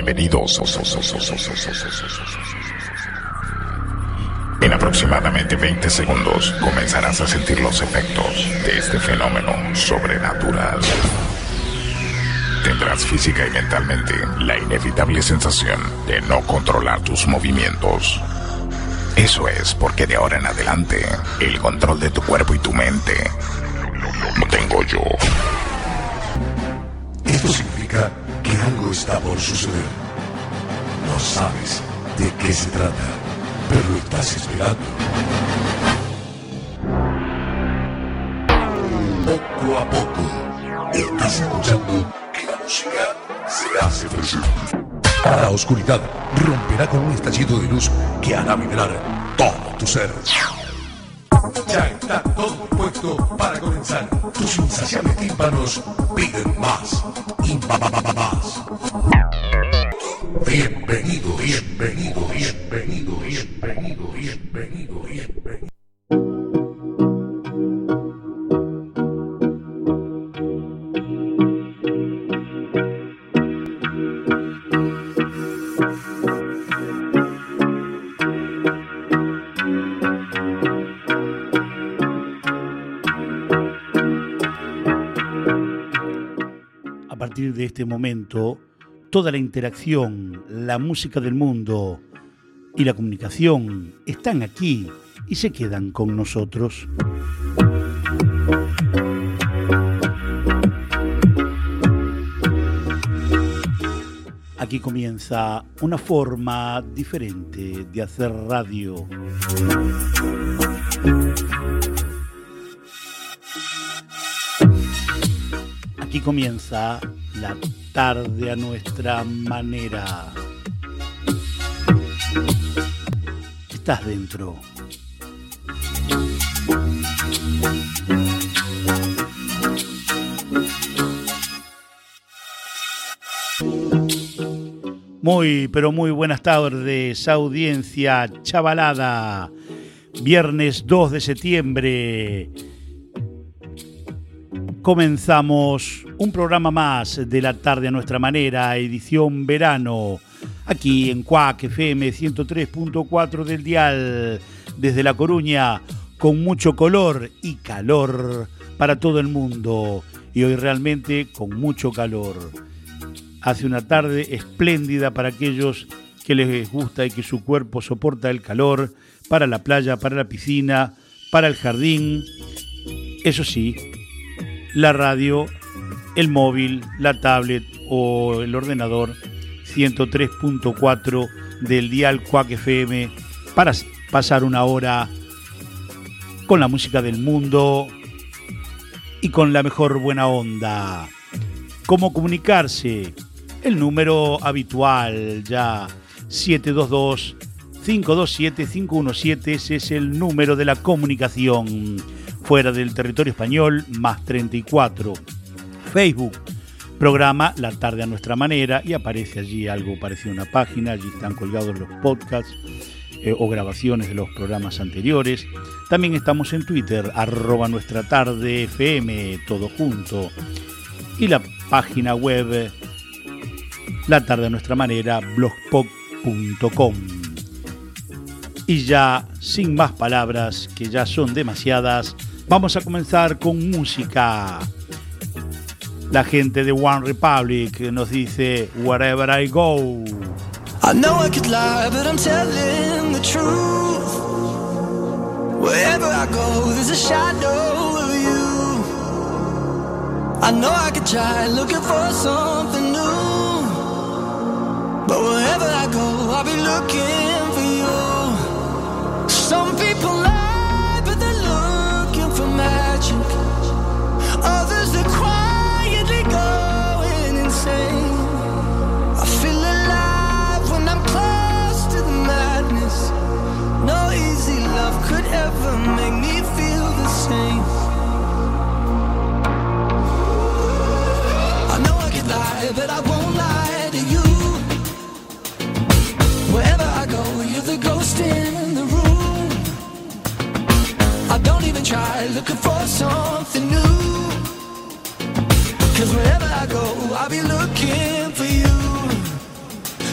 Bienvenidos. En aproximadamente 20 segundos comenzarás a sentir los efectos de este fenómeno sobrenatural. Tendrás física y mentalmente la inevitable sensación de no controlar tus movimientos. Eso es porque de ahora en adelante el control de tu cuerpo y tu mente lo tengo yo. Esto significa que algo está por suceder. No sabes de qué se trata, pero lo estás esperando. Poco a poco, estás escuchando que la música se hace presente. La oscuridad romperá con un estallido de luz que hará vibrar todo tu ser. Ya está todo dispuesto para comenzar. Tus insaciables tímpanos piden más y más. Bienvenido. A partir de este momento, toda la interacción, la música del mundo y la comunicación están aquí y se quedan con nosotros. Aquí comienza una forma diferente de hacer radio. Aquí comienza la tarde a nuestra manera. Estás dentro. Pero muy buenas tardes, audiencia chavalada. Viernes 2 de septiembre. Comenzamos un programa más de la tarde a nuestra manera, edición verano, aquí en Cuac FM 103.4 del dial, desde La Coruña, con mucho color y calor para todo el mundo, y hoy realmente con mucho calor. Hace una tarde espléndida para aquellos que les gusta y que su cuerpo soporta el calor, para la playa, para la piscina, para el jardín. Eso sí, la radio, el móvil, la tablet o el ordenador 103.4 del dial Cuac FM para pasar una hora con la música del mundo y con la mejor buena onda. ¿Cómo comunicarse? El número habitual ya, 722-527-517, ese es el número de la comunicación. Fuera del territorio español, más 34. Facebook, programa La Tarde a Nuestra Manera, y aparece allí algo parecido a una página. Allí están colgados los podcasts o grabaciones de los programas anteriores. También estamos en Twitter, @nuestratardefm, todo junto. Y la página web La Tarde a Nuestra Manera, blogspot.com. Y ya, sin más palabras, que ya son demasiadas, vamos a comenzar con música. La gente de One Republic nos dice Wherever I Go. I know I could lie, but I'm telling the truth. Wherever I go, there's a shadow of you. I know I could try looking for something new, but wherever I go, I'll be looking for you. Some people lie, but they're looking for magic. Others, they're quietly going insane. I feel alive when I'm close to the madness. No easy love could ever make me feel the same. I know I could lie, but I won't lie to you. Wherever I go, you're the ghost in the room. I don't even try looking for something new, 'cause wherever I go, I'll be looking for you.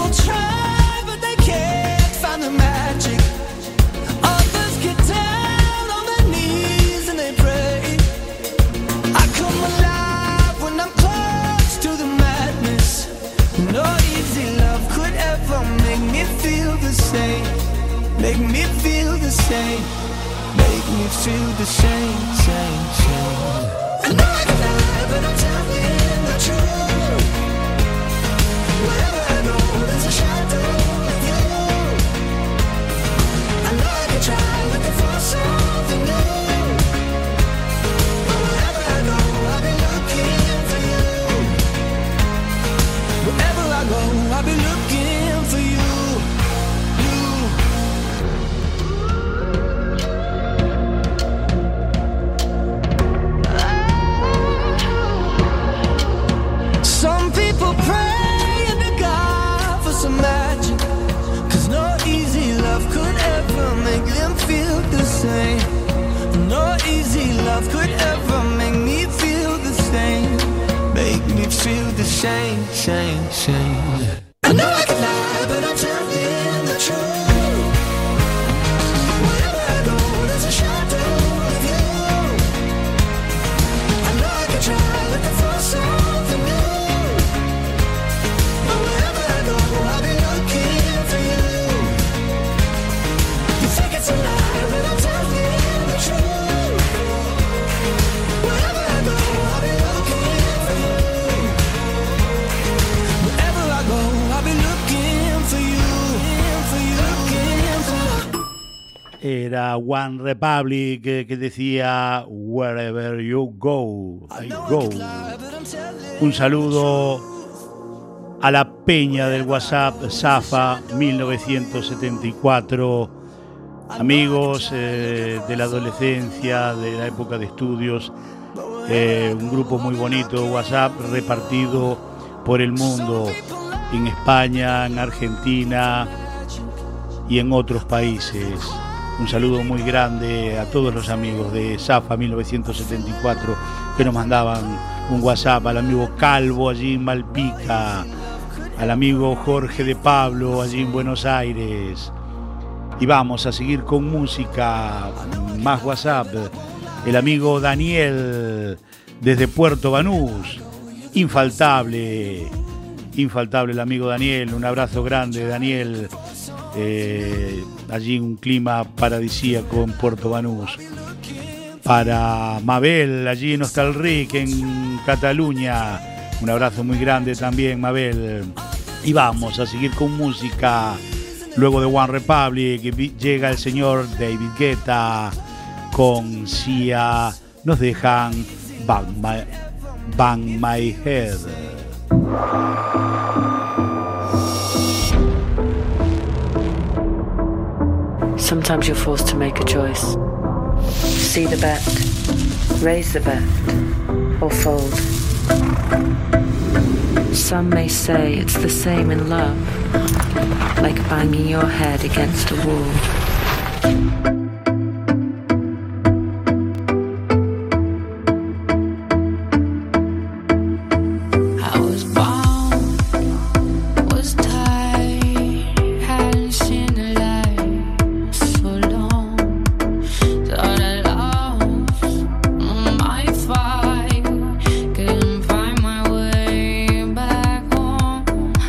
people try, but they can't find the magic. Others get down on their knees and they pray. I come alive when I'm close to the madness. No easy love could ever make me feel the same. Make me feel the same. Make me feel the same, same, same. I know I can lie, but I'm telling the truth. Wherever I go, there's a shadow of you. I know I can try looking for something new. But wherever I go, I'll be looking for you. Wherever I go, I'll be looking for you. Some people pray and beg God for some magic, 'cause no easy love could ever make them feel the same. No easy love could ever make me feel the same. Make me feel the same, same, same. I know I can lie, but I'm telling the truth. Wherever I go, there's a shadow of you. I know I can try looking for something new. Era One Republic que decía Wherever you go, I go. Un saludo a la peña del WhatsApp Zafa 1974, amigos de la adolescencia, de la época de estudios, un grupo muy bonito WhatsApp repartido por el mundo, en España, en Argentina y en otros países. Un saludo muy grande a todos los amigos de Zafa 1974 que nos mandaban un WhatsApp, al amigo Calvo allí en Malpica, al amigo Jorge de Pablo allí en Buenos Aires. Y vamos a seguir con música, más WhatsApp. El amigo Daniel desde Puerto Banús, infaltable el amigo Daniel. Un abrazo grande, Daniel. Allí un clima paradisíaco en Puerto Banús. Para Mabel allí en Hostalric, en Cataluña, un abrazo muy grande también, Mabel. Y vamos a seguir con música. Luego de One Republic llega el señor David Guetta con Sia. Nos dejan Bang My Head. Sometimes you're forced to make a choice. See the bet, raise the bet, or fold. Some may say it's the same in love, like banging your head against a wall.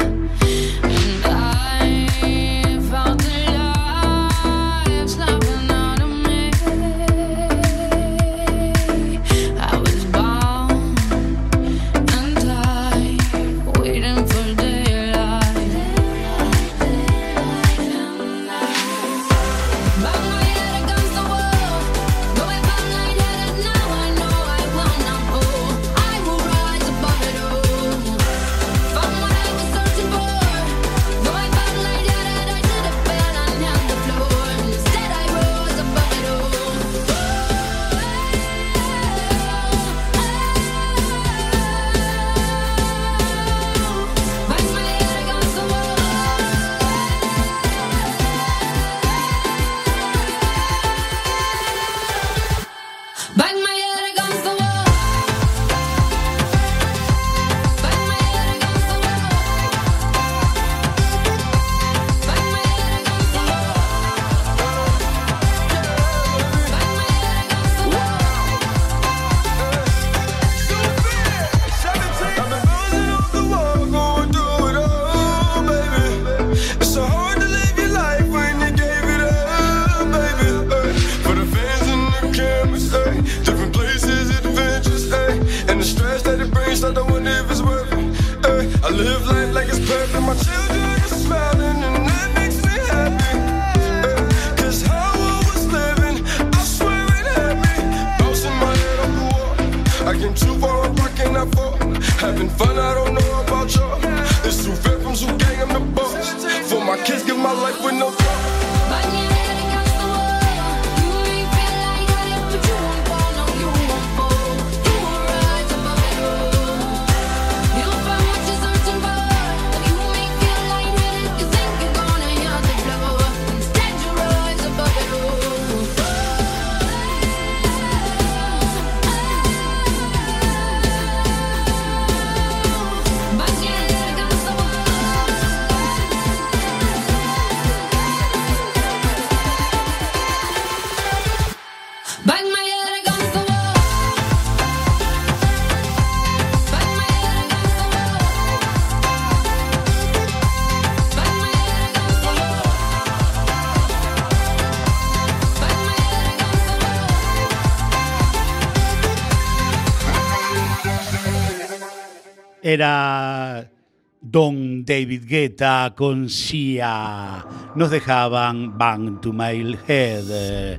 Felt alive, it's not Live life like it's perfect, my children are smiling, and that makes me happy. Cause how I was living, I swear it had me bouncing my head off the wall. I came too far, I'm rocking that fall. Having fun, I don't know about y'all. It's too fair from Zoo Gang, I'm the boss. For my kids, give my life with no thought. Era Don David Guetta con Sia. Nos dejaban Bang to My Head.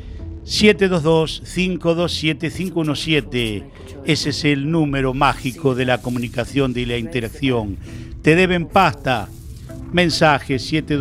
722-527-517. Ese es el número mágico de la comunicación y la interacción. Te deben pasta. Mensaje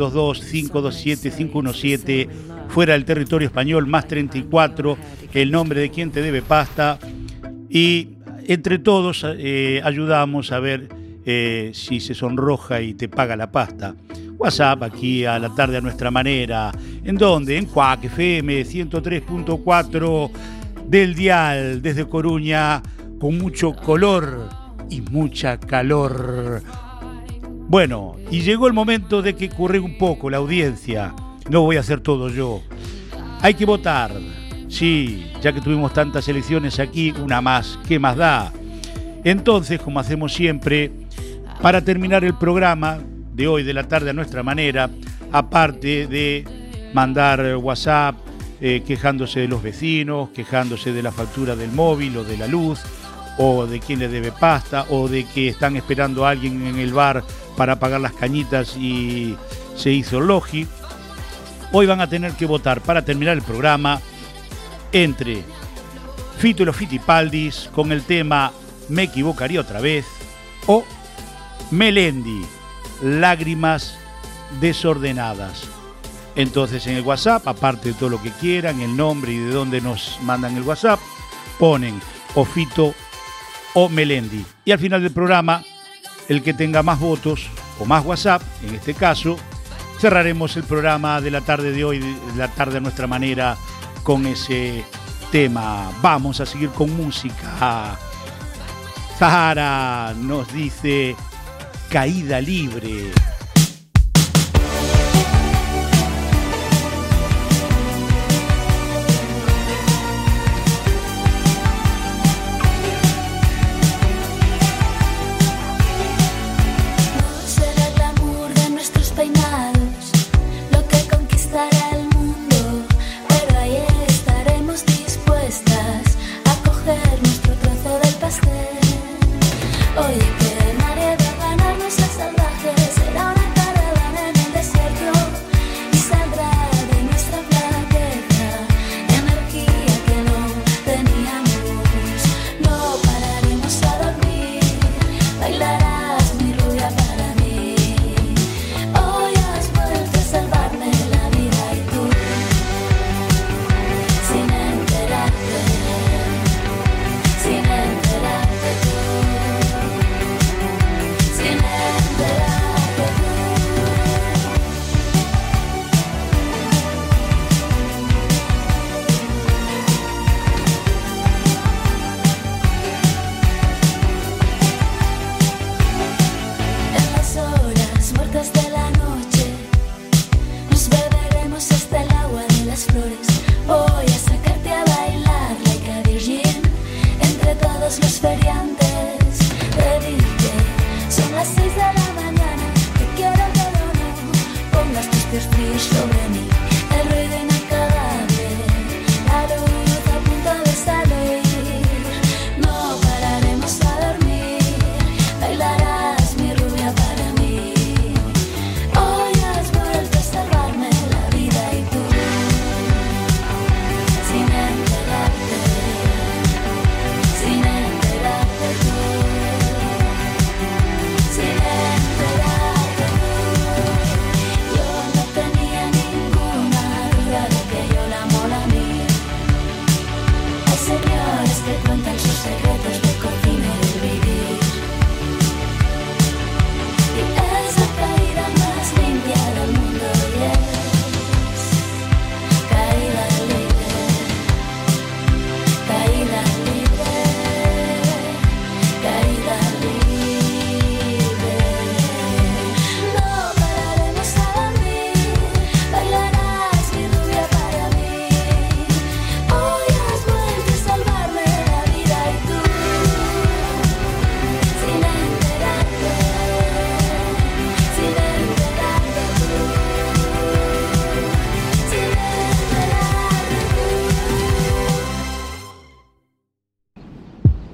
722-527-517. Fuera del territorio español, más 34. El nombre de quien te debe pasta. Y entre todos ayudamos a ver si se sonroja y te paga la pasta. WhatsApp aquí a la tarde a nuestra manera. ¿En dónde? En Quack FM 103.4 del dial, desde Coruña, con mucho color y mucha calor. Bueno, y llegó el momento de que corre un poco la audiencia. No voy a hacer todo yo. Hay que votar. Sí, ya que tuvimos tantas elecciones aquí, una más, ¿qué más da? Entonces, como hacemos siempre, para terminar el programa de hoy de la tarde a nuestra manera, aparte de mandar WhatsApp quejándose de los vecinos, quejándose de la factura del móvil o de la luz, o de quién le debe pasta, o de que están esperando a alguien en el bar para pagar las cañitas y se hizo logi, hoy van a tener que votar para terminar el programa entre Fito y los Fitipaldis con el tema Me equivocaría otra vez, o Melendi, Lágrimas desordenadas. Entonces en el WhatsApp, aparte de todo lo que quieran, el nombre y de dónde nos mandan el WhatsApp, ponen o Fito o Melendi. Y al final del programa, el que tenga más votos o más WhatsApp, en este caso, cerraremos el programa de la tarde de hoy, de la tarde a nuestra manera, con ese tema. Vamos a seguir con música. Sahara nos dice Caída Libre. Oye, que nadie va a ganarnos a salvajes, será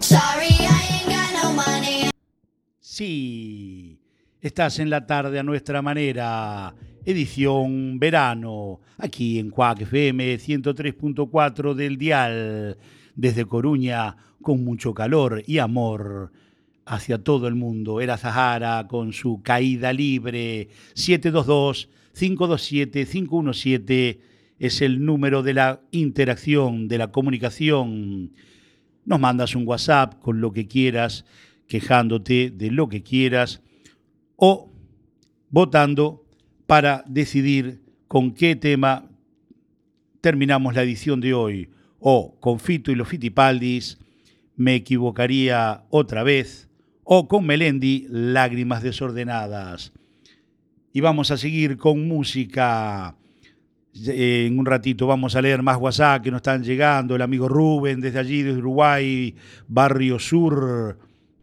Sí, estás en la tarde a nuestra manera, edición verano, aquí en Quack FM 103.4 del dial, desde Coruña, con mucho calor y amor hacia todo el mundo. Era Zahara con su Caída Libre. 722-527-517 es el número de la interacción, de la comunicación. Nos mandas un WhatsApp con lo que quieras, quejándote de lo que quieras o votando para decidir con qué tema terminamos la edición de hoy. O con Fito y los Fitipaldis, Me equivocaría otra vez, o con Melendi, Lágrimas desordenadas. Y vamos a seguir con música. En un ratito vamos a leer más WhatsApp que nos están llegando. El amigo Rubén desde allí, desde Uruguay, Barrio Sur.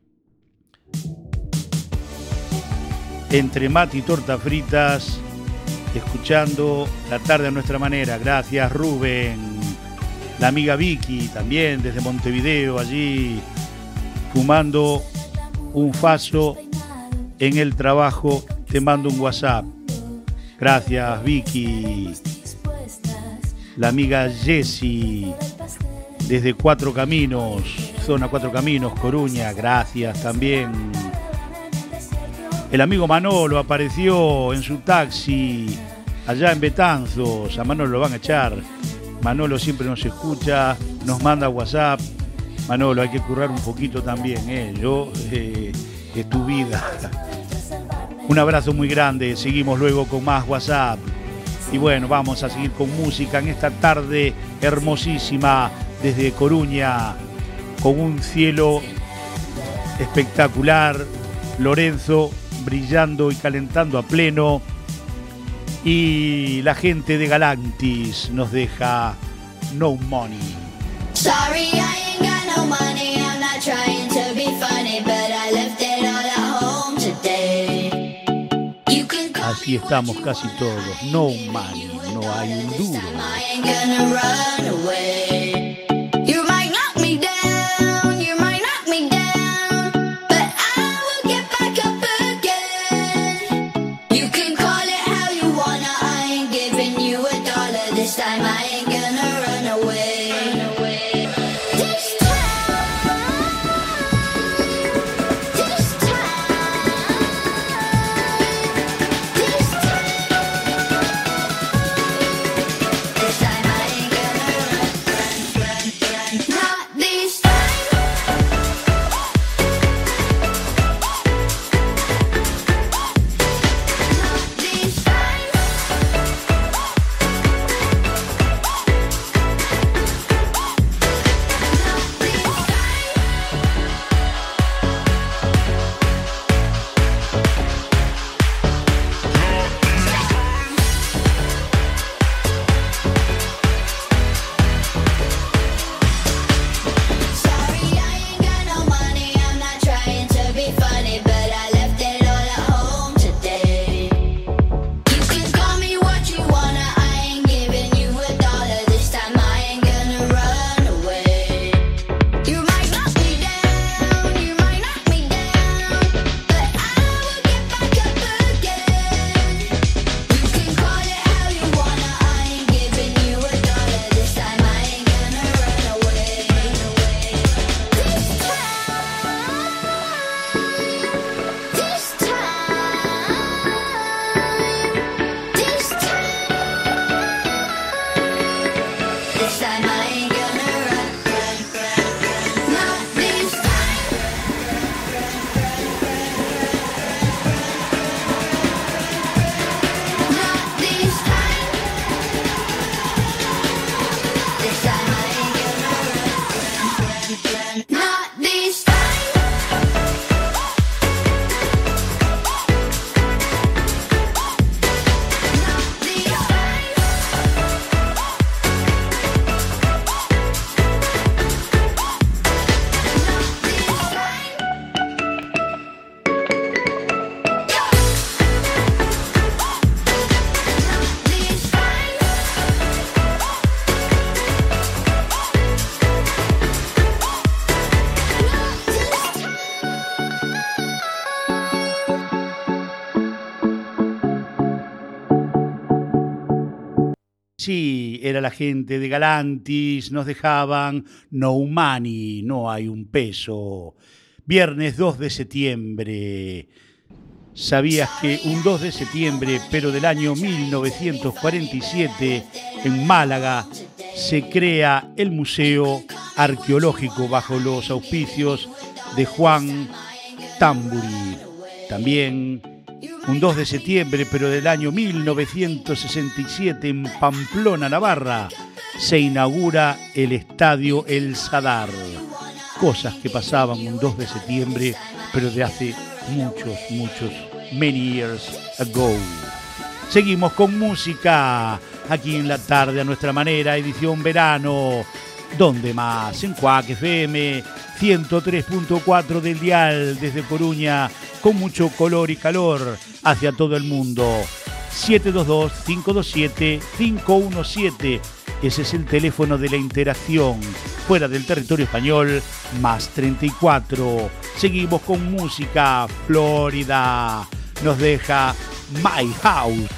Entre mate y tortas fritas, escuchando la tarde a nuestra manera. Gracias, Rubén. La amiga Vicky también desde Montevideo, allí fumando un faso en el trabajo. Te mando un WhatsApp. Gracias, Vicky. La amiga Jessie desde Cuatro Caminos, zona Cuatro Caminos, Coruña. Gracias también. El amigo Manolo apareció en su taxi allá en Betanzos. A Manolo lo van a echar. Manolo siempre nos escucha, nos manda WhatsApp. Manolo, hay que currar un poquito también, es tu vida. Un abrazo muy grande, seguimos luego con más WhatsApp. Y bueno, vamos a seguir con música en esta tarde hermosísima desde Coruña, con un cielo espectacular, Lorenzo brillando y calentando a pleno. Y la gente de Galantis nos deja No Money. Sorry, I ain't got no money. I'm not trying to be funny, but I left it all at home today. Así estamos casi todos. No money, no hay un duro. I ain't gonna run away. You might knock me down, you might knock me down, but I will get back up again. You can call it how you wanna. I ain't giving you $1 this time. I ain't gonna run away. Sí, era la gente de Galantis, nos dejaban No Money, no hay un peso. Viernes 2 de septiembre. ¿Sabías que un 2 de septiembre, pero del año 1947, en Málaga, se crea el Museo Arqueológico bajo los auspicios de Juan Tamburi? También un 2 de septiembre, pero del año 1967, en Pamplona, Navarra, se inaugura el Estadio El Sadar. Cosas que pasaban un 2 de septiembre, pero de hace many years ago. Seguimos con música, aquí en la tarde a nuestra manera, edición verano. ¿Dónde más? En Quack FM 103.4 del dial, desde Coruña, con mucho color y calor hacia todo el mundo. 722-527-517. Ese es el teléfono de la interacción. Fuera del territorio español, más 34. Seguimos con música. Florida nos deja My House.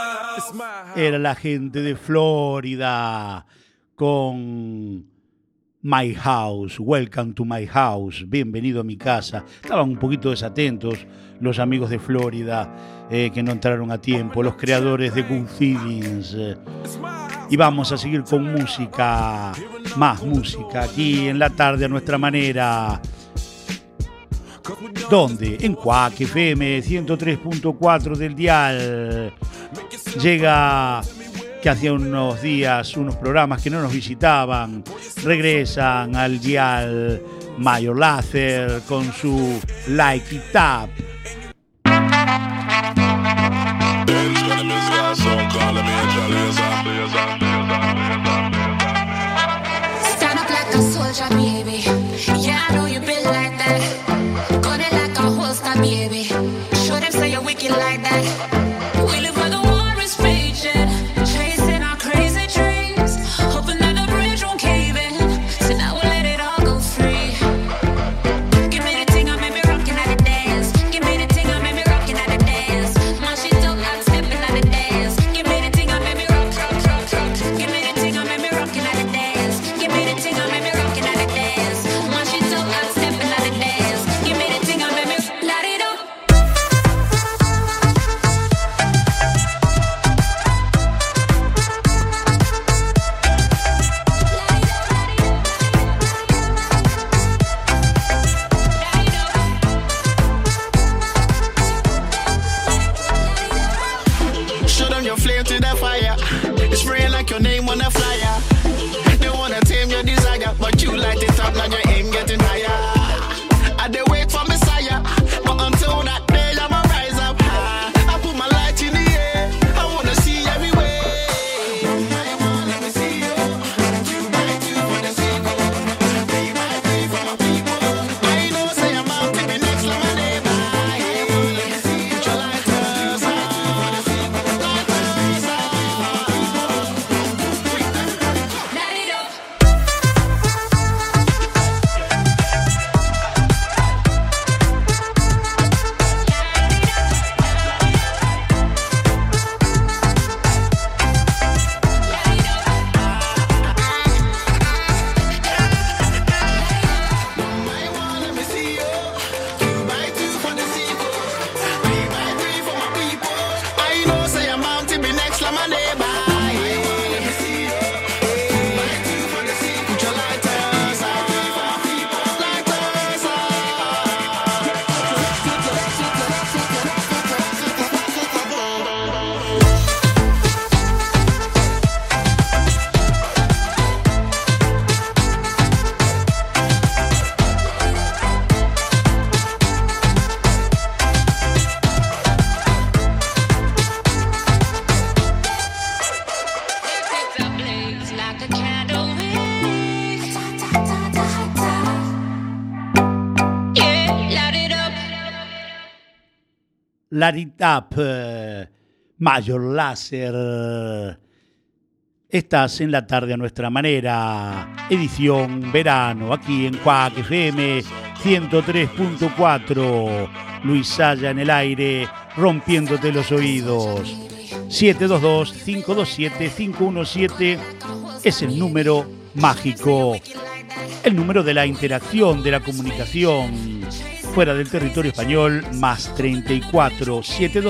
Era la gente de Florida con My House, Welcome to My House, bienvenido a mi casa. Estaban un poquito desatentos los amigos de Florida que no entraron a tiempo, los creadores de Good Feelings. Y vamos a seguir con música, más música, aquí en la tarde a nuestra manera. ¿Dónde? En Quack FM 103.4 del dial. Llega que hacía unos días, unos programas que no nos visitaban, regresan al dial Major Lazer con su Like It Up. Stand up like a soldier, baby. Yeah, I know you been like that. Gun it like a holster, baby. Show them say you're wicked like that. We live where the war is raging, chasing our crazy dreams, hoping that the bridge won't cave in. So now we'll let it all go free. Give me the thing, I made me rockin' at the dance. Give me the thing, I made me rockin' at the dance. My shit don't like stepping at the dance. Give me the thing, I made me rock, rock, rock, rock. Give me the thing, I made me rockin' at the dance. Give me the thing, I made me rockin' at the dance. My shit don't like stepping at the dance. Give me the thing, I made me light it up. Show them your flame to the fire. It's spraying like your name on a flyer. They wanna tame your desire, but you light it up, now your aim getting higher. I they wait for Messiah, but until that day I'ma rise up high. I put my light in the air, I wanna see everywhere. Let me see you. You might do for the single. They might be for my people. I know say I'm out to be next like my neighbor. Let me see you. Put your lighters on. Light it up. Let me see you. You might do for the sequel. They might be for my people. I know say I'm out to be next like my neighbor. Let me see you. You might do for the sequel. Put your lighters on. Lighters It's a blaze like a candle wick. Yeah, light it up. Light It Up, Major Lazer. Estás en la tarde a nuestra manera, edición verano, aquí en Quack FM 103.4. Luis Saya en el aire, rompiéndote los oídos. 722-527-517 es el número mágico, el número de la interacción, de la comunicación. Fuera del territorio español, más 34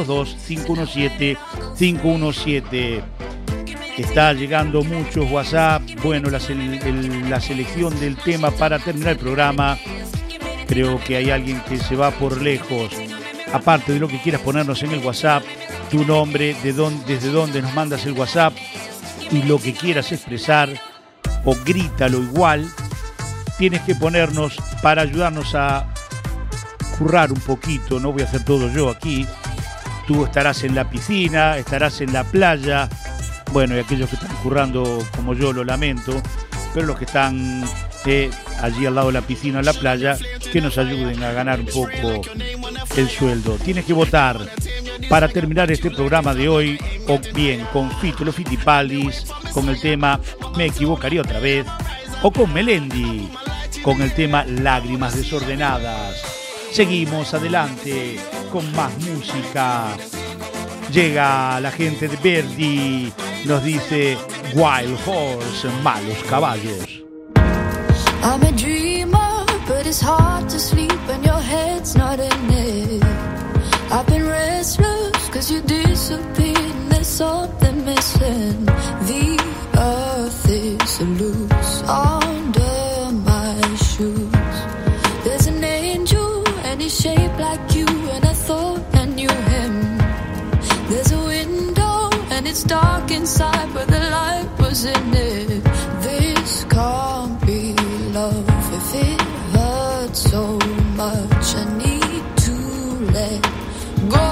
722-517-517. Está llegando muchos WhatsApp. Bueno, la selección del tema para terminar el programa. Creo que hay alguien que se va por lejos. Aparte de lo que quieras ponernos en el WhatsApp, tu nombre, desde dónde nos mandas el WhatsApp y lo que quieras expresar, o grítalo igual, tienes que ponernos para ayudarnos a currar un poquito. No voy a hacer todo yo aquí. Tú estarás en la piscina, estarás en la playa. Bueno, y aquellos que están currando como yo lo lamento, pero los que están allí al lado de la piscina o la playa, que nos ayuden a ganar un poco el sueldo. Tienes que votar para terminar este programa de hoy, o bien con Fito Los Fitipaldis, con el tema Me equivocaría otra vez, o con Melendi, con el tema Lágrimas desordenadas. Seguimos adelante con más música. Llega la gente de Verdi, nos dice Wild Horse, malos caballos. I'm a dreamer, but it's hard to sleep when your head's not in it. I've been restless cause you disappeared and there's something missing. The earth is loose under my shoes. There's an angel and he's shaped like you, and I thought I knew him. There's a window and it's dark inside, but the light was in it. This can't be love if it hurts so much. I need to let go.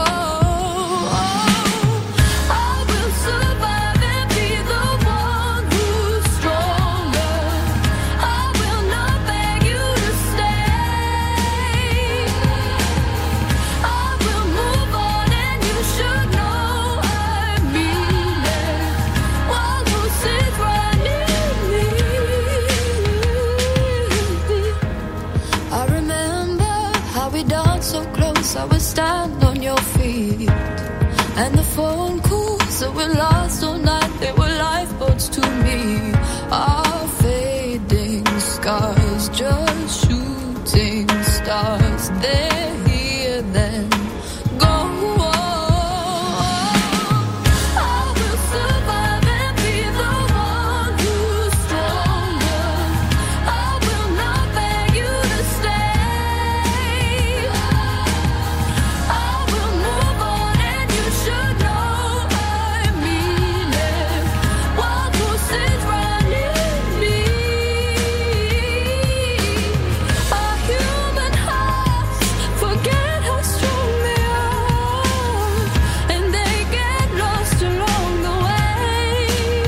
I will survive and be the one who's stronger. I will not beg you to stay. I will move on and you should know I mean it. One who sits right near me. I remember how we danced so close, I would stand on your feet. And the phone calls that were lost all night, they were lifeboats to me. Our fading scars, just shooting stars. They're here then, go. I will survive and be the one who's stronger. I will not beg you to stay. I will move on and you should know I mean it. One who sits right near me. Our human hearts forget how strong they are, and they get lost along the way.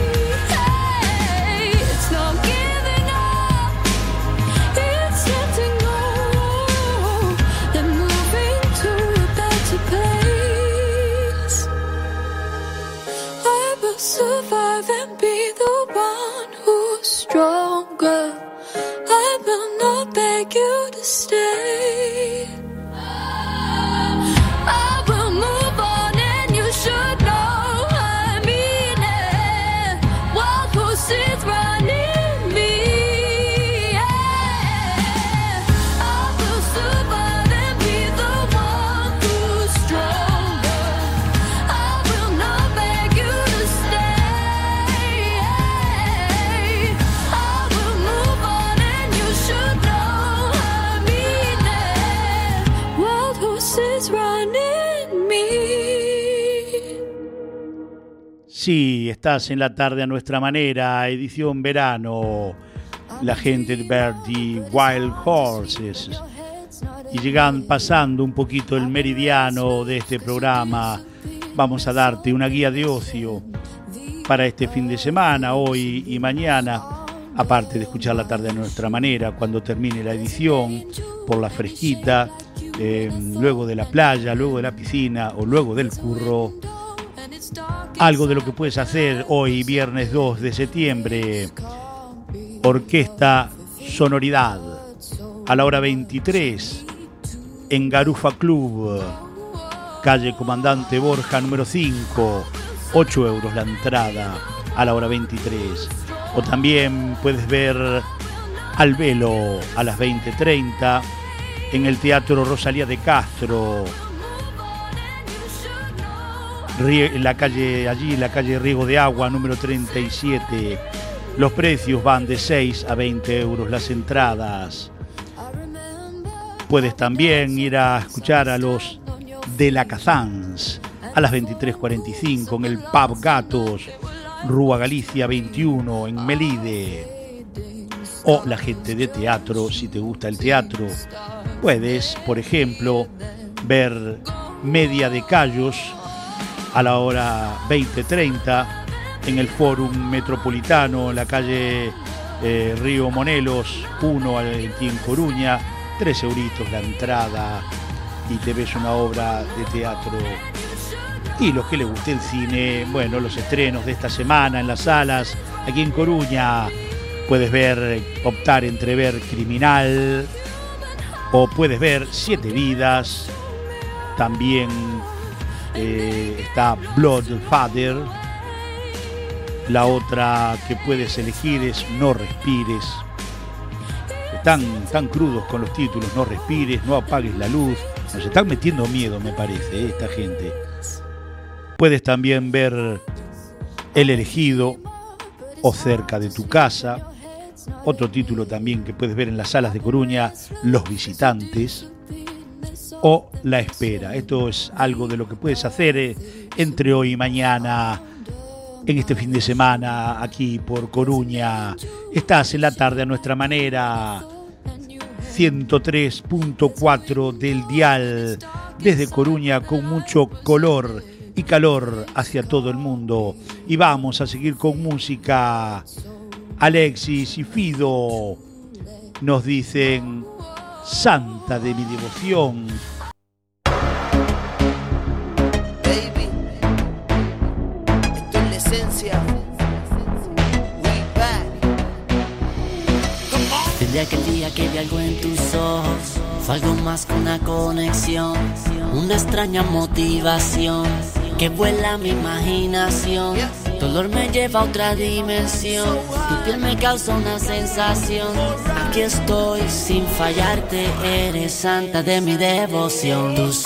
Hey, it's not giving up, it's letting go and moving to a better place. I will survive and be the one who's stronger. I will not beg you to stay. I will move on and you should know I mean it. One who sits right near me. I will survive and be the one who's stronger. I will not beg you to stay. I will move on and you should know I mean it. One who sits right near me. Sí, estás en la tarde a nuestra manera, edición verano. La gente de Verdi, Wild Horses. Y llegan pasando un poquito el meridiano de este programa. Vamos a darte una guía de ocio para este fin de semana, hoy y mañana. Aparte de escuchar la tarde a nuestra manera, cuando termine la edición, por la fresquita, luego de la playa, luego de la piscina o luego del curro. Algo de lo que puedes hacer hoy, viernes 2 de septiembre. Orquesta Sonoridad, a la hora 23, en Garufa Club, calle Comandante Borja, número 5, 8 euros la entrada, a la hora 23. O también puedes ver Al Velo a las 20:30 en el Teatro Rosalía de Castro, la calle Riego de Agua, número 37. Los precios van de 6 a 20 euros las entradas. Puedes también ir a escuchar a los de la Cazans a las 23:45 en el Pub Gatos, Rúa Galicia 21 en Melide. O la gente de teatro, si te gusta el teatro, puedes, por ejemplo, ver Media de Callos a la hora 20:30 en el Fórum Metropolitano, en la calle Río Monelos 1 aquí en Coruña. 3 euritos la entrada y te ves una obra de teatro. Y los que les guste el cine, bueno, los estrenos de esta semana en las salas aquí en Coruña, puedes optar entre ver Criminal o puedes ver 7 vidas. También está Bloodfather. La otra que puedes elegir es No respires. tan crudos con los títulos. No respires, no apagues la luz. Nos están metiendo miedo, me parece, esta gente. Puedes también ver El elegido o Cerca de tu casa. Otro título también que puedes ver en las salas de Coruña, Los visitantes o La espera. Esto es algo de lo que puedes hacer entre hoy y mañana, en este fin de semana, aquí por Coruña. Estás en la tarde a nuestra manera, 103.4 del dial, desde Coruña, con mucho color y calor hacia todo el mundo. Y vamos a seguir con música. Alexis y Fido nos dicen Santa de mi devoción. Baby, esto es la esencia. We back. Desde aquel día que vi algo en tus ojos, fue algo más que una conexión, una extraña motivación que vuela mi imaginación. Tu olor me lleva a otra dimensión, tu piel me causa una sensación. Aquí estoy sin fallarte, eres santa de mi devoción. Tus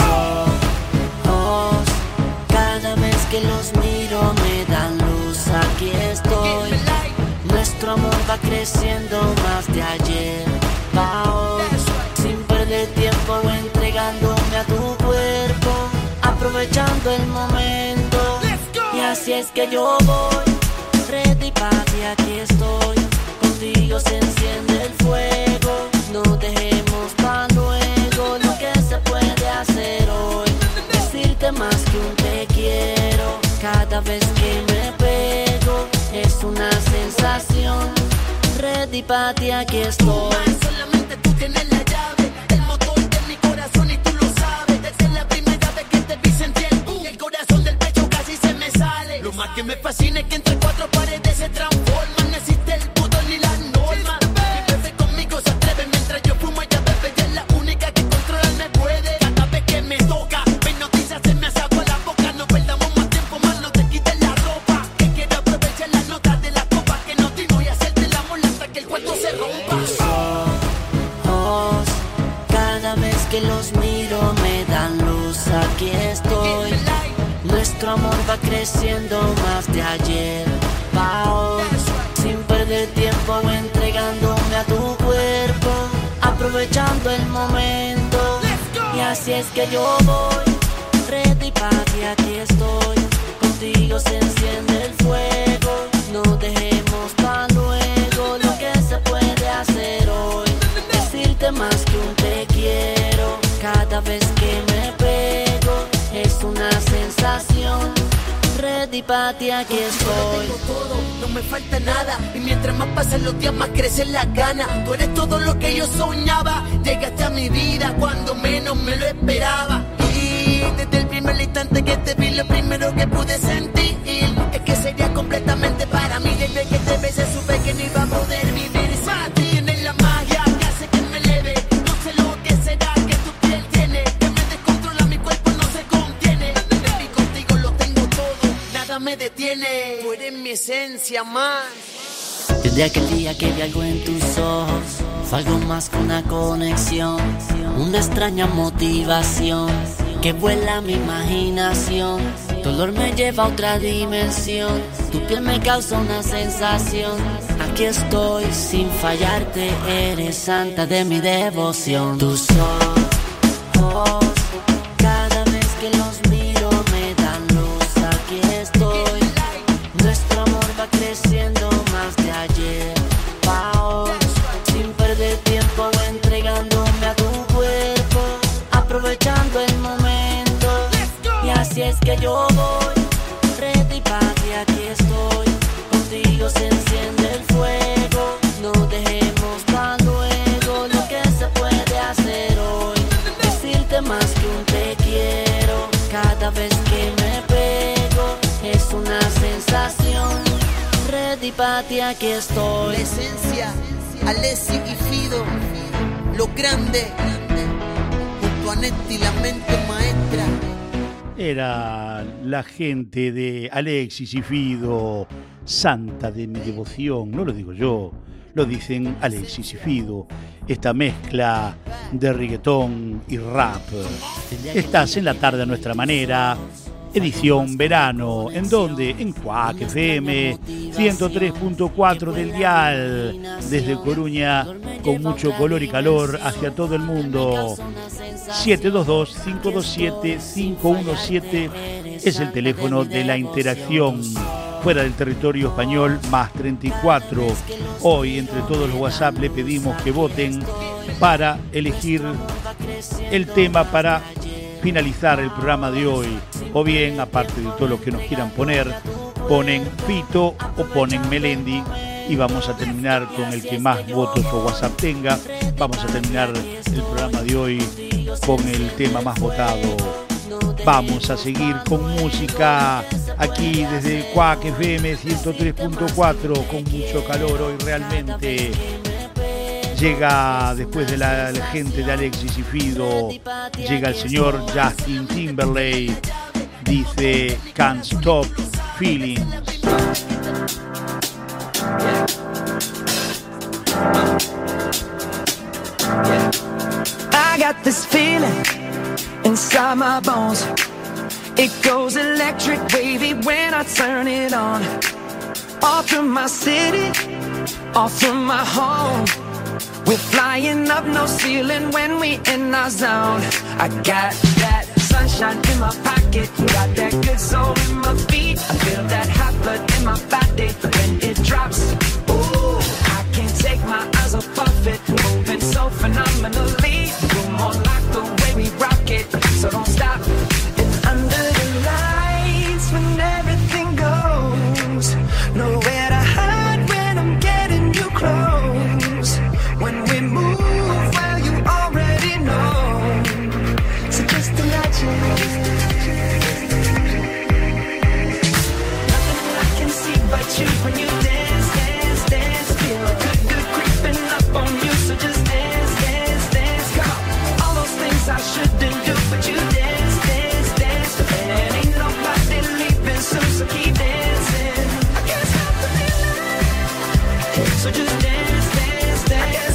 ojos, cada vez que los miro me dan luz. Aquí estoy, nuestro amor va creciendo más de ayer pa' hoy. Sin perder tiempo entregándome a tu cuerpo, aprovechando el momento. Y así es que yo voy, ready pa' ti, aquí estoy. Contigo se enciende el fuego, no dejemos pa' luego lo que se puede hacer hoy. Decirte más que un te quiero, cada vez que me pego, es una sensación. Ready pa' ti, aquí estoy. Solamente tú tienes la llave, el motor de mi corazón y tú lo sabes. Desde la primera vez que te vi sentí el boom, el corazón del pecho casi se me sale. Lo más que me fascina es que entre cuatro paredes se transforman. No existe el pudor ni la norma. Mi bebé conmigo se atreve mientras yo fumo, ella bebe. Ella es la única que controlarme puede. Cada vez que me toca, ven noticias se me hace agua la boca. No perdamos más tiempo, más no te quites la ropa. Que quiero aprovechar las notas de la copa que nos dimos y hacerte el amor hasta que el cuarto se rompa. Tus ojos, cada vez que los miro me dan luz. Aquí estoy, nuestro amor va creciendo más de ayer pa' hoy. Sin perder tiempo entregándome a tu cuerpo, aprovechando el momento. Y así es que yo voy, ready pa' ti, aquí estoy. Contigo se enciende el fuego, no dejemos pa' luego lo que se puede hacer hoy. Decirte más que un te quiero, cada vez que me pego, es una sensación. Ready pa' ti, aquí estoy. Tengo todo, no me falta nada. Y mientras más pasan los días, más crecen las ganas. Tú eres todo lo que yo soñaba. Llegaste a mi vida cuando menos me lo esperaba. Y desde el primer instante que te vi, lo primero que pude sentir es que sería completamente para mí. Desde que te besé supe que no iba a poder vivir. Para ti tienes la magia que hace que me eleve. No sé lo que será que tu piel tiene, que me descontrola, mi cuerpo no se contiene. Baby, contigo lo tengo todo, nada me detiene. Tú eres mi esencia más. Desde aquel día que vi algo en tus ojos, fue algo más que una conexión, una extraña motivación que vuela mi imaginación. Tu olor me lleva a otra dimensión, tu piel me causa una sensación. Aquí estoy sin fallarte, eres santa de mi devoción. Tus ojos, cada vez que los miro me dan luz. Aquí estoy, nuestro amor va creciendo más de ayer pa' hoy. Sin perder tiempo entregándome a tu cuerpo, aprovechando el momento. Y así es que yo voy, ready pa' ti, aquí estoy. Contigo se enciende el fuego, no dejemos pa' luego lo que se puede hacer hoy. Decirte más que un te quiero, cada vez que me pego, es una sensación. Ready pa' ti, aquí estoy. La esencia, Alexis y Fido, lo grande, junto a Netti, la mente maestra. Era la gente de Alexis y Fido, santa de mi devoción. No lo digo yo, lo dicen Alexis y Fido. esta mezcla de reggaetón y rap. Estás en la tarde a nuestra manera, edición verano, ¿en dónde? En Quack FM 103.4 del dial, desde Coruña, con mucho color y calor hacia todo el mundo. 722-527-517 es el teléfono de la interacción. Fuera del territorio español, más 34. Hoy, entre todos los WhatsApp, le pedimos que voten para elegir el tema para finalizar el programa de hoy. O bien, aparte de todo lo que nos quieran poner, ponen Fito o ponen Melendi y vamos a terminar con el que más votos o WhatsApp tenga. Vamos a terminar el programa de hoy con el tema más votado. Vamos a seguir con música aquí desde Quack FM 103.4 con mucho calor hoy realmente. Llega después de la gente de Alexis y Fido, llega el señor Justin Timberlake, dice Can't Stop Feelings. I got this feeling inside my bones. It goes electric wavy when I turn it on. All through my city, all through my home. We're flying up no ceiling when we in our zone. I got that sunshine in my pocket, got that good soul in my feet. I feel that hot blood in my body when it drops. Ooh, I can't take my eyes off of it, moving so phenomenally. You're more like the way we rock it, so don't stop. And under the lights when everything goes, nowhere to hide when I'm getting you close. When we move, well, you already know. So just imagine. Nothing I can see but you when you dance, dance, dance. Feel good, good creeping up on you. So just dance, dance, dance. Come on. All those things I shouldn't do, but you dance, dance, dance. And ain't nobody leaving soon, so keep dancing. I can't stop the feeling. So just dance, dance, dance.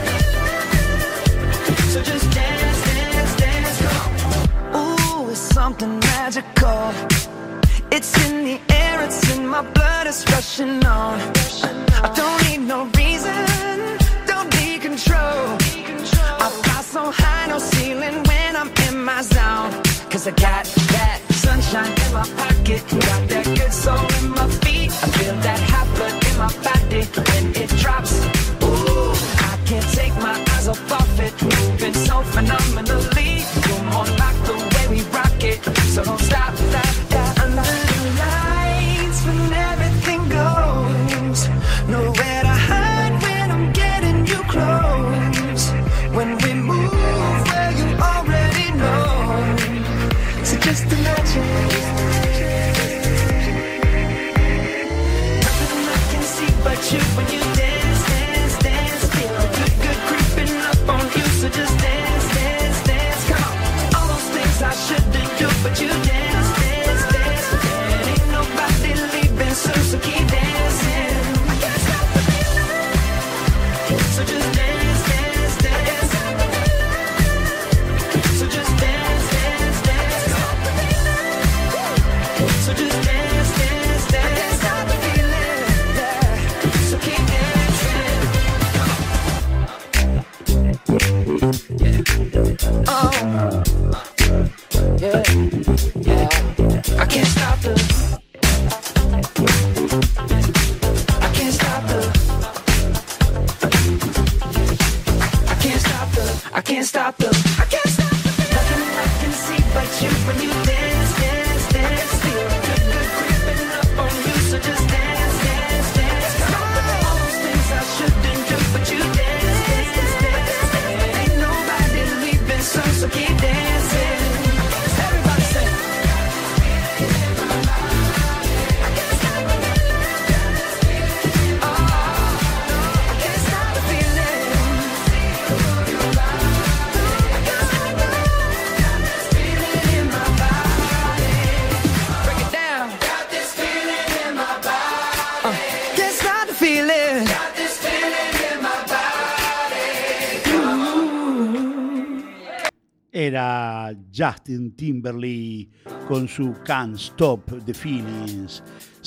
So just dance, dance, dance, come on. Ooh, it's something magical. It's in the air, it's in my blood, it's rushing on. I don't need no reason, don't need control. I fly so high, no ceiling when I'm in my zone. Cause I got that sunshine in my pocket, got that good soul in my feet. I feel that hot blood in my body when it drops. Ooh, I can't take my eyes off of it, moving so phenomenally. You're more like the way we rock it, so don't stop, stop, stop. Under the lights when everything goes, nowhere to hide when I'm getting you close. When we move, well, you already know. So just imagine. Nothing I can see but you when you dance, dance, dance. Feel good, good creeping up on you. So just dance, dance, dance. Come on. All those things I shouldn't do, but you dance, dance, dance. And ain't nobody leaving soon, so keep dancing. I can't stop the feeling. So just dance, dance, dance. So just dance, dance, dance. So just dance, dance, dance. I can't stop the feeling. Yeah. So keep dancing. Oh, yeah, yeah. I can't stop the. I can't stop the. I can't stop the. I can't stop the. I can't stop the. Nothing I can see but you when you dance, dance, dance. Feel good, good creeping up on you. So just dance, dance, dance. All those things I shouldn't do, but you dance, dance, dance. Ain't nobody leaving soon, so keep dancing. Everybody say. I can't stop the feeling. Oh, I can't stop the feeling. I can't stop the feeling in my body. Era Justin Timberlake con su Can't Stop the Feelings.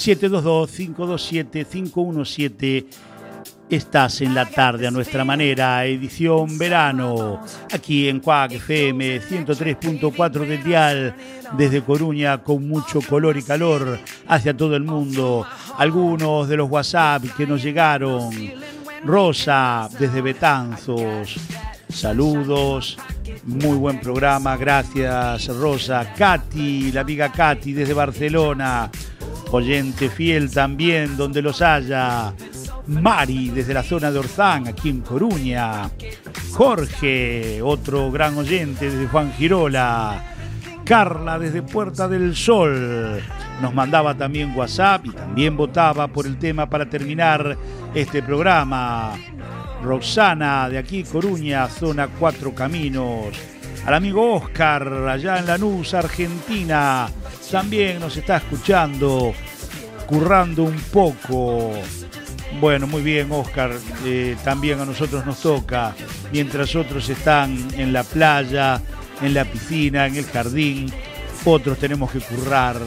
722-527-517. Estás en la tarde a nuestra manera, edición verano, aquí en Quack FM 103.4 del dial, desde Coruña, con mucho color y calor hacia todo el mundo. Algunos de los WhatsApp que nos llegaron. Rosa, desde Betanzos, saludos, muy buen programa, gracias Rosa. Katy, la amiga Katy desde Barcelona, oyente fiel también donde los haya. Mari desde la zona de Orzán, aquí en Coruña. Jorge, otro gran oyente desde Juan Girola. Carla desde Puerta del Sol nos mandaba también WhatsApp y también votaba por el tema para terminar este programa. Roxana de aquí Coruña, zona Cuatro Caminos. Al amigo Oscar allá en Lanús, Argentina, también nos está escuchando, currando un poco. Bueno, muy bien, Oscar, también a nosotros nos toca, mientras otros están en la playa, en la piscina, en el jardín, otros tenemos que currar,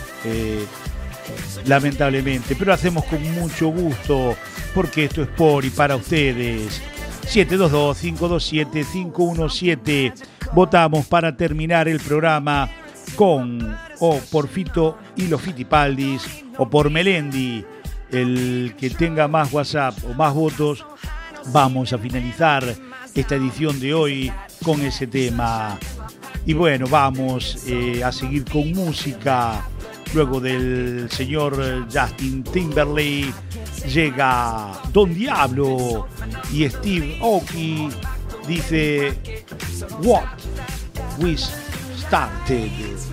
lamentablemente, pero hacemos con mucho gusto, porque esto es por y para ustedes. 722-527-517, votamos para terminar el programa con o por Fito y los Fitipaldis o por Melendi. El que tenga más WhatsApp o más votos, vamos a finalizar esta edición de hoy con ese tema. Y bueno, vamos a seguir con música. Luego del señor Justin Timberlake llega Don Diablo y Steve Aoki dice What We Started.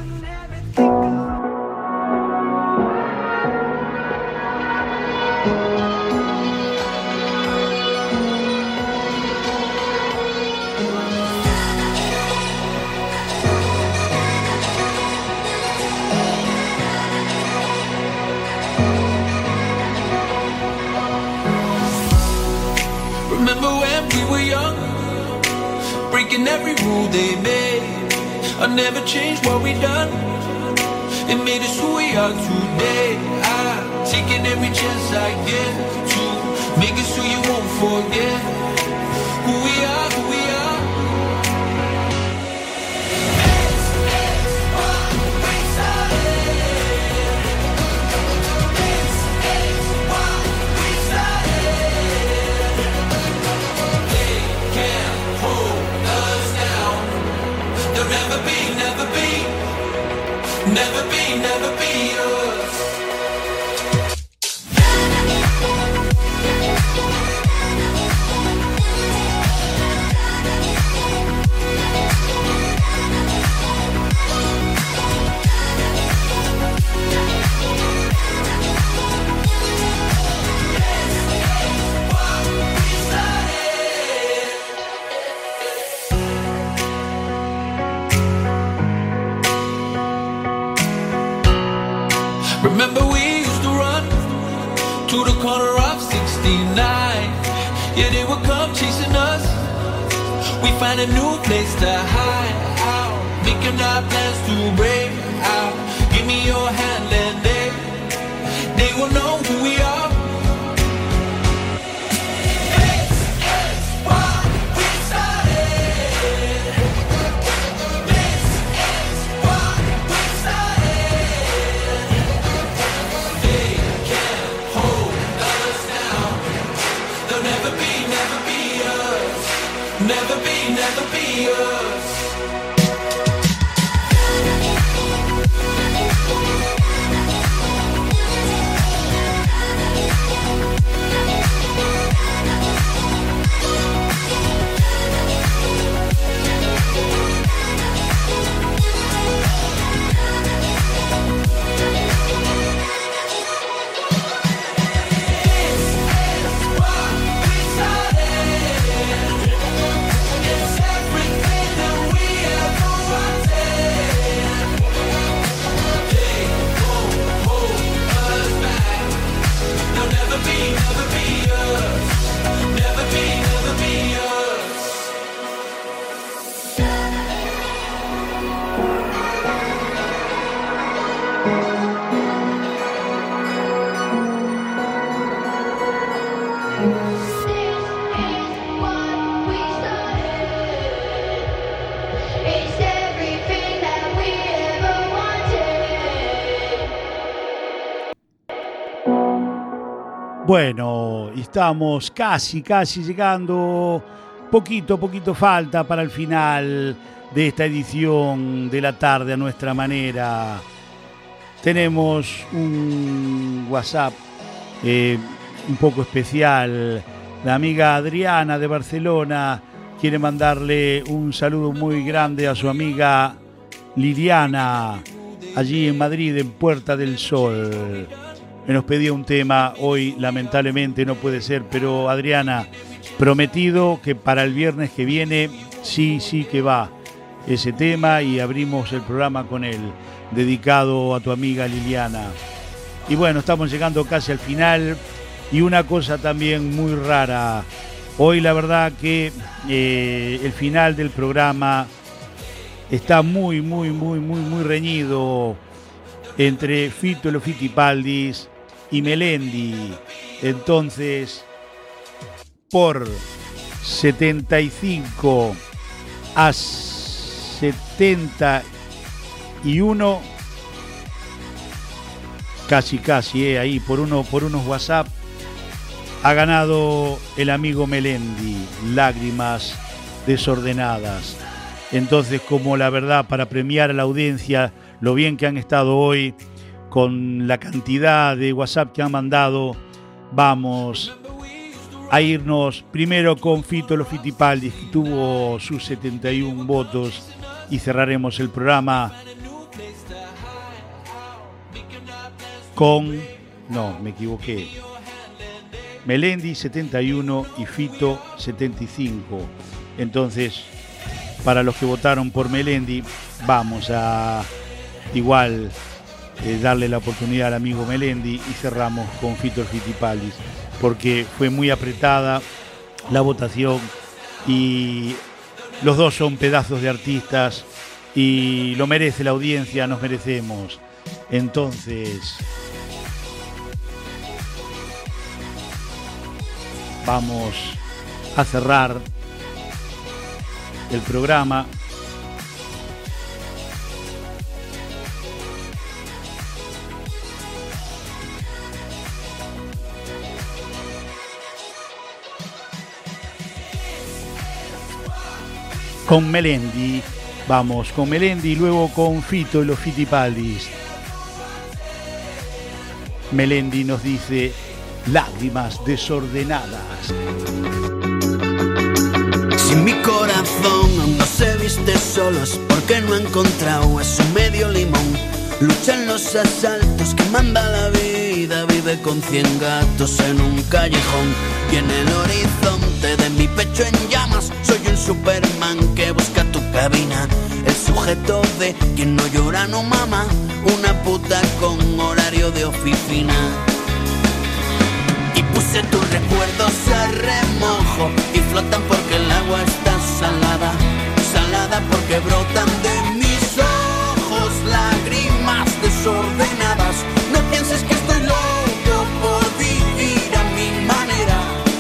Remember when we were young, breaking every rule they made. I never changed what we done. It made us who we are today. I'm taking every chance I get to make it so you won't forget who we are, who we are. Never be, never be yours. Remember we used to run to the corner of 69. Yeah, they would come chasing us. We find a new place to hide out, making our plans to break out. Give me your hand and they will know who we are. Never be, never be yours. Bueno, estamos casi llegando, poquito falta para el final de esta edición de la tarde a nuestra manera. Tenemos un WhatsApp un poco especial. La amiga Adriana de Barcelona quiere mandarle un saludo muy grande a su amiga Liliana, allí en Madrid, en Puerta del Sol. Nos pedía un tema, hoy lamentablemente no puede ser, pero Adriana, prometido que para el viernes que viene sí que va ese tema y abrimos el programa con él, dedicado a tu amiga Liliana. Y bueno, estamos llegando casi al final y una cosa también muy rara. Hoy la verdad que el final del programa está muy reñido entre Fito Los Fitipaldis y Melendi. Entonces, por 75 a 71, casi, ahí por unos WhatsApp, ha ganado el amigo Melendi, Lágrimas Desordenadas. Entonces, como la verdad, para premiar a la audiencia lo bien que han estado hoy, con la cantidad de WhatsApp que han mandado, vamos a irnos primero con Fito Los Fitipaldis, que tuvo sus 71 votos, y cerraremos el programa con... No, me equivoqué. Melendi 71 y Fito 75. Entonces, para los que votaron por Melendi, vamos a igual darle la oportunidad al amigo Melendi y cerramos con Fito Fitipaldis, porque fue muy apretada la votación y los dos son pedazos de artistas y lo merece la audiencia, nos merecemos. Entonces, vamos a cerrar el programa con Melendi. Vamos con Melendi y luego con Fito y Los Fitipaldis. Melendi nos dice Lágrimas Desordenadas. Si mi corazón aún no se viste solo es porque no ha encontrado a su medio limón. Lucha en los asaltos que manda la vida, vive con 100 gatos en un callejón. Y en el horizonte de mi pecho en llamas, soy un Superman que busca tu cabina. El sujeto de quien no llora no mama, una puta con horario de oficina. Y puse tus recuerdos a remojo y flotan porque el agua está salada. Salada porque brotan de mis ojos lágrimas desordenadas. No pienses que estoy loco por vivir a mi manera.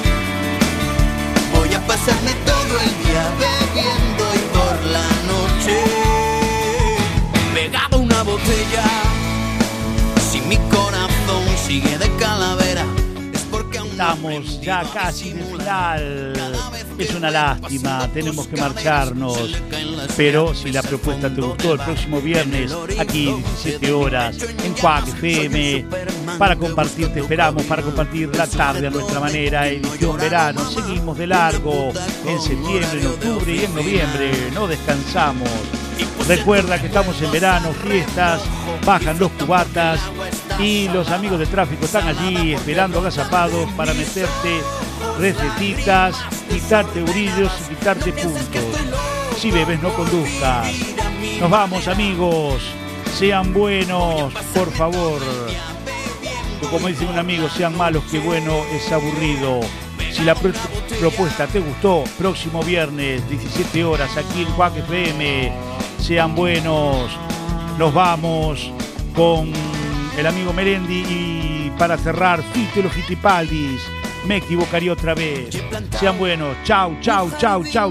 Voy a pasarme todo el día bebiendo y por la noche pegado a una botella. Si mi corazón sigue de calavera, estamos ya casi en el final. Es una lástima, tenemos que marcharnos, pero si la propuesta te gustó, el próximo viernes aquí 17 horas en Quack FM para compartir, te esperamos para compartir la tarde a nuestra manera, edición verano. Seguimos de largo en septiembre, en octubre y en noviembre, no descansamos. Recuerda que estamos en verano, fiestas, bajan los cubatas y los amigos de tráfico están allí esperando agazapados para meterte recetitas, quitarte brillos y quitarte puntos. Si bebes, no conduzcas. Nos vamos, amigos. Sean buenos, por favor. O como dice un amigo, sean malos, que bueno es aburrido. Si la propuesta te gustó, próximo viernes, 17 horas, aquí en Quack FM. Sean buenos. Nos vamos con el amigo Melendi y para cerrar, Fito y Los Fitipaldis. Me equivocaría otra vez. Sean buenos. Chau, chau, chau, chau.